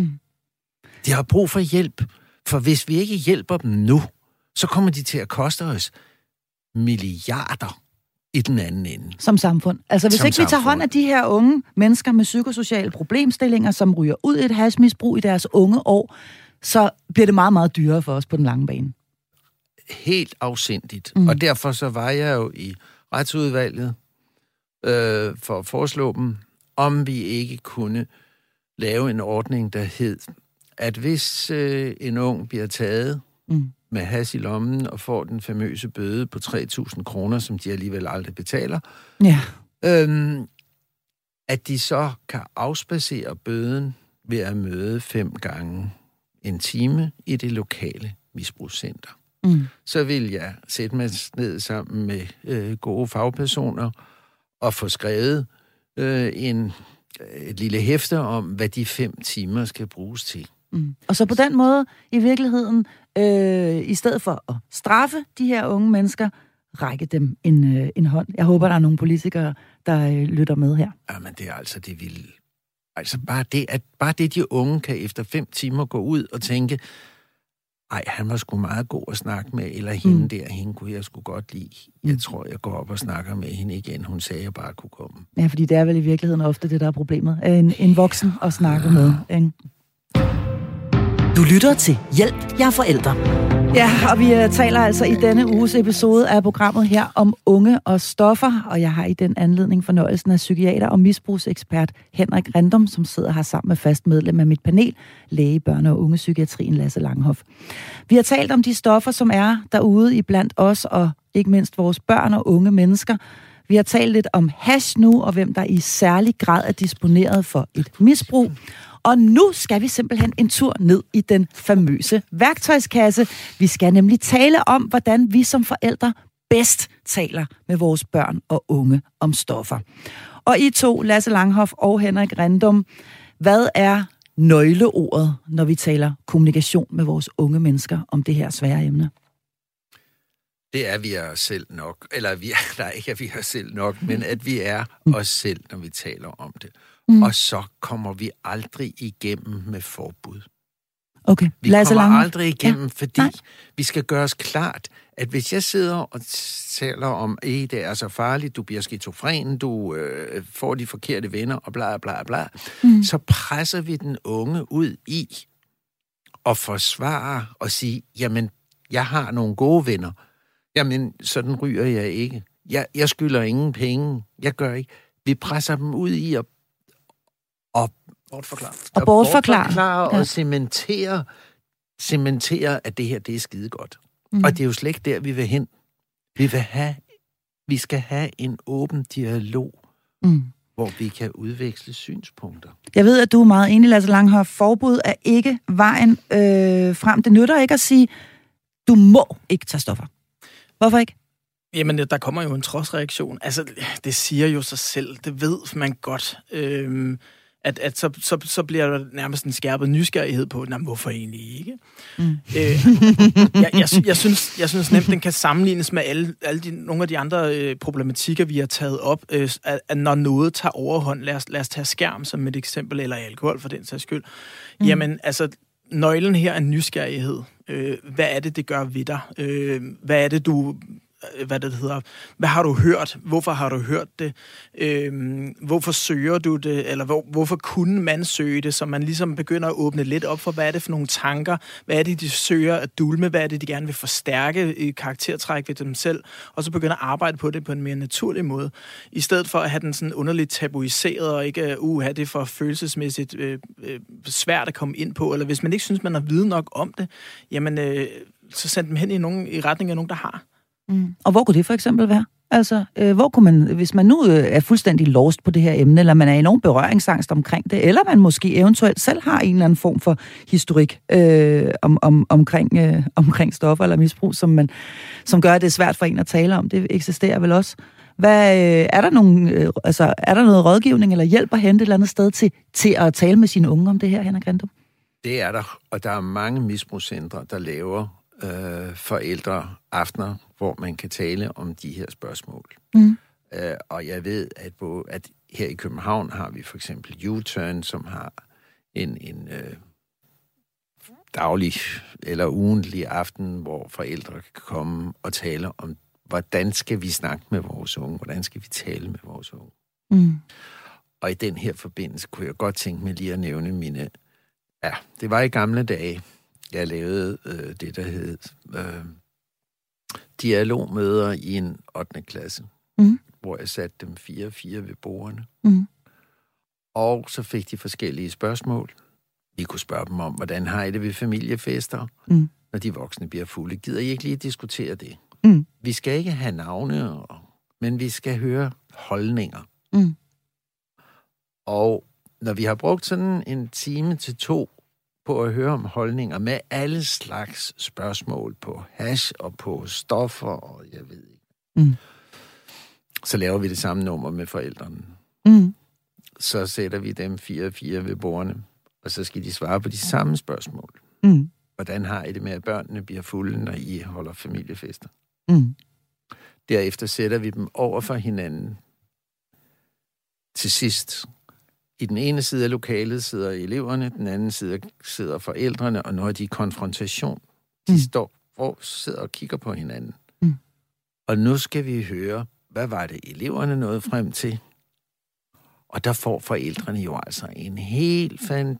De har brug for hjælp, for hvis vi ikke hjælper dem nu, så kommer de til at koste os milliarder i den anden ende. Som samfund. Altså hvis ikke vi tager hånd af de her unge mennesker med psykosociale problemstillinger, som ryger ud i et hashmisbrug i deres unge år, så bliver det meget, meget dyrere for os på den lange bane. Helt afsindigt. Og derfor så var jeg jo i retsudvalget for at foreslå dem, om vi ikke kunne lave en ordning, der hed, at hvis en ung bliver taget med hash i lommen og får den famøse bøde på 3.000 kroner, som de alligevel aldrig betaler, at de så kan afspacere bøden ved at møde 5 gange en time i det lokale misbrugscenter. Så vil jeg sætte mig ned sammen med gode fagpersoner og få skrevet et lille hæfte om, hvad de 5 timer skal bruges til. Og så på den måde, i virkeligheden, i stedet for at straffe de her unge mennesker, række dem en hånd. Jeg håber, der er nogle politikere, der lytter med her. Jamen, det er altså det vilde. Altså bare det, de unge kan efter 5 timer gå ud og tænke, Ej, han var sgu meget god at snakke med, eller hende der, hende kunne jeg sgu godt lide. Jeg tror, jeg går op og snakker med hende igen. Hun sagde, at jeg bare kunne komme. Ja, fordi det er vel i virkeligheden ofte det, der er problemet. En voksen at snakke med, ikke? Du lytter til Hjælp, jeg er forældre. Ja, og vi taler altså i denne uges episode af programmet her om unge og stoffer, og jeg har i den anledning fornøjelsen af psykiater og misbrugsekspert Henrik Rindom, som sidder her sammen med fast medlem af mit panel, læge i børne- og ungepsykiatrien Lasse Langhoff. Vi har talt om de stoffer, som er derude iblandt os, og ikke mindst vores børn og unge mennesker. Vi har talt lidt om hash nu, og hvem der i særlig grad er disponeret for et misbrug. Og nu skal vi simpelthen en tur ned i den famøse værktøjskasse. Vi skal nemlig tale om, hvordan vi som forældre bedst taler med vores børn og unge om stoffer. Og I to, Lasse Langhoff og Henrik Rindom, hvad er nøgleordet, når vi taler kommunikation med vores unge mennesker om det her svære emne? Det er vi er os selv nok. Eller ikke at vi er os selv nok, men at vi er os selv, når vi taler om det. Og så kommer vi aldrig igennem med forbud. Okay. Vi kommer aldrig igennem, fordi vi skal gøre os klart, at hvis jeg sidder og taler om, det er så farligt, du bliver skizofren, du får de forkerte venner og bla bla bla, så presser vi den unge ud i at forsvare og sige, jamen, jeg har nogle gode venner. Jamen, sådan ryger jeg ikke. Jeg skylder ingen penge. Jeg gør ikke. Vi presser dem ud i at bortforklare og cementere, at det her, det er skide godt. Og det er jo slet ikke der, vi vil hen. Vi skal have en åben dialog, hvor vi kan udveksle synspunkter. Jeg ved, at du er meget enig, Lasse Langhoff. Forbud er ikke vejen frem. Det nytter ikke at sige, du må ikke tage stoffer. Hvorfor ikke? Jamen, der kommer jo en trodsreaktion. Altså, det siger jo sig selv. Det ved man godt. At så bliver der nærmest en skærpet nysgerrighed på, hvorfor egentlig ikke? Jeg synes nemt, den kan sammenlignes med nogle af de andre problematikker, vi har taget op. At når noget tager overhånd, lad os tage skærm som et eksempel, eller alkohol for den sags skyld. Jamen, altså, nøglen her er nysgerrighed. Hvad er det gør ved dig? Hvad er det, hvad har du hørt? Hvorfor har du hørt det? Hvorfor søger du det? Eller hvorfor kunne man søge det? Så man ligesom begynder at åbne lidt op for, hvad er det for nogle tanker? Hvad er det, de søger at dulme? Hvad er det, de gerne vil forstærke i karaktertræk ved dem selv? Og så begynder at arbejde på det på en mere naturlig måde. I stedet for at have den sådan underligt tabuiseret og ikke have det for følelsesmæssigt svært at komme ind på. Eller hvis man ikke synes, man har viden nok om det, jamen så send dem hen i retning af nogen, der har. Og hvor kunne det for eksempel være? Altså, hvor kunne man, hvis man nu er fuldstændig lost på det her emne, eller man er i nogen berøringsangst omkring det, eller man måske eventuelt selv har en eller anden form for historik omkring stoffer eller misbrug, som gør, at det er svært for en at tale om. Det eksisterer vel også. Er der noget rådgivning eller hjælp at hente et eller andet sted til at tale med sine unge om det her, Henrik Rindom? Det er der, og der er mange misbrugscentre, der laver forældreaftener, hvor man kan tale om de her spørgsmål. Og jeg ved, at her i København har vi for eksempel U-Turn, som har en daglig eller ugentlig aften, hvor forældre kan komme og tale om, hvordan skal vi snakke med vores unge, hvordan skal vi tale med vores unge. Og i den her forbindelse kunne jeg godt tænke mig lige at nævne det var i gamle dage, jeg lavede det, der hed dialogmøder i en 8. klasse, hvor jeg satte dem 4-4 ved bordene. Og så fik de forskellige spørgsmål. Vi kunne spørge dem om, hvordan har I det ved familiefester, når de voksne bliver fulde. Gider I ikke lige diskutere det? Vi skal ikke have navne, men vi skal høre holdninger. Og når vi har brugt sådan en time til 2 på at høre om holdninger med alle slags spørgsmål på hash og på stoffer, og jeg ved ikke. Så laver vi det samme nummer med forældrene. Så sætter vi dem 4-4 ved bordene, og så skal de svare på de samme spørgsmål. Hvordan har I det med, at børnene bliver fulde, når I holder familiefester? Derefter sætter vi dem over for hinanden. Til sidst, i den ene side af lokalet sidder eleverne, den anden side sidder forældrene, og når de er i konfrontation, De sidder og kigger på hinanden. Og nu skal vi høre, hvad var det eleverne nåede frem til? Og der får forældrene jo altså en helt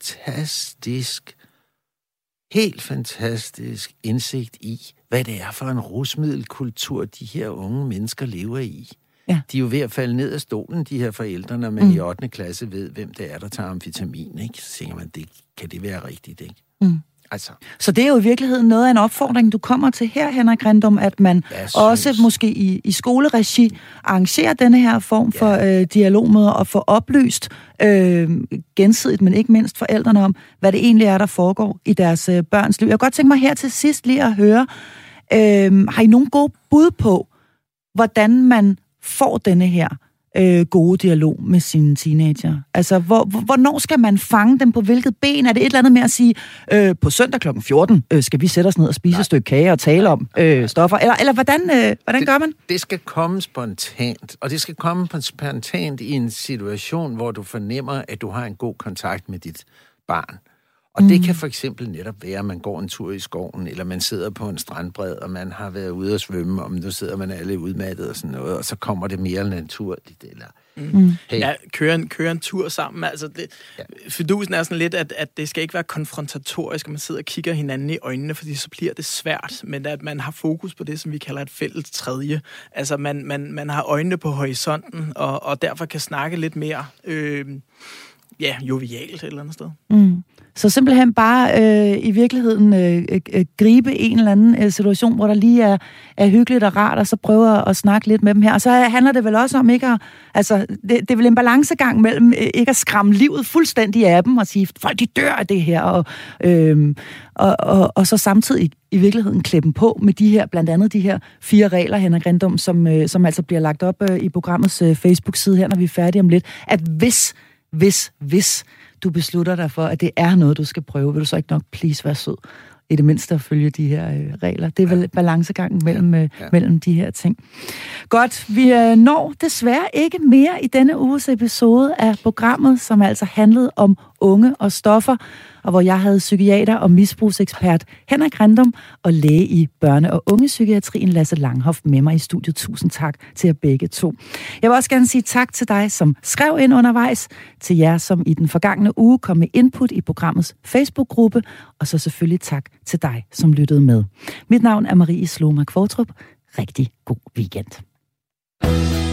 fantastisk indsigt i, hvad det er for en rusmiddelkultur, de her unge mennesker lever i. Ja. De er jo ved at falde ned af stolen, de her forældre, når man i 8. klasse ved, hvem det er, der tager amfetamin, ikke? Så tænker man, kan det være rigtigt, ikke? Altså. Så det er jo i virkeligheden noget af en opfordring, du kommer til her, Henrik Rindom, at man også måske i skoleregi arrangerer denne her form for dialog med at få oplyst gensidigt, men ikke mindst forældrene om, hvad det egentlig er, der foregår i deres børns liv. Jeg kunne godt tænke mig her til sidst lige at høre, har I nogle gode bud på, hvordan man får denne her gode dialog med sine teenager? Altså, hvornår skal man fange dem på hvilket ben? Er det et eller andet med at sige, på søndag kl. 14 skal vi sætte os ned og spise et stykke kage og tale om stoffer? Eller hvordan gør man? Det skal komme spontant, og det skal komme spontant i en situation, hvor du fornemmer, at du har en god kontakt med dit barn. Og det kan for eksempel netop være, at man går en tur i skoven, eller man sidder på en strandbred, og man har været ude at svømme, og nu sidder man alle udmattet og sådan noget, og så kommer det mere naturligt, eller... Hey. Ja, køre en tur sammen. Altså fidusen er sådan lidt, at det skal ikke være konfrontatorisk, at man sidder og kigger hinanden i øjnene, fordi så bliver det svært, men at man har fokus på det, som vi kalder et fælles tredje. Altså man har øjnene på horisonten, og derfor kan snakke lidt mere jovialt et eller andet sted. Så simpelthen bare i virkeligheden gribe en eller anden situation, hvor der lige er hyggeligt og rart, og så prøve at snakke lidt med dem her. Og så handler det vel også om ikke at... Altså, det er vel en balancegang mellem ikke at skræmme livet fuldstændig af dem og sige, folk de dør af det her, og så samtidig i virkeligheden klæde dem på med de her, blandt andet de her 4 regler, Henrik Rindom, som altså bliver lagt op i programmets Facebook-side her, når vi er færdige om lidt, at hvis du beslutter dig for, at det er noget, du skal prøve, vil du så ikke nok please være sød i det mindste at følge de her regler. Det er vel balancegangen mellem de her ting. Godt, vi når desværre ikke mere i denne uges episode af programmet, som altså handlede om unge og stoffer, og hvor jeg havde psykiater og misbrugsekspert Henrik Rindom og læge i børne- og ungepsykiatrien Lasse Langhoff med mig i studiet. Tusind tak til jer begge to. Jeg vil også gerne sige tak til dig, som skrev ind undervejs, til jer, som i den forgangne uge kom med input i programmets Facebook-gruppe, og så selvfølgelig tak til dig, som lyttede med. Mit navn er Marie Slomak Kvortrup. Rigtig god weekend.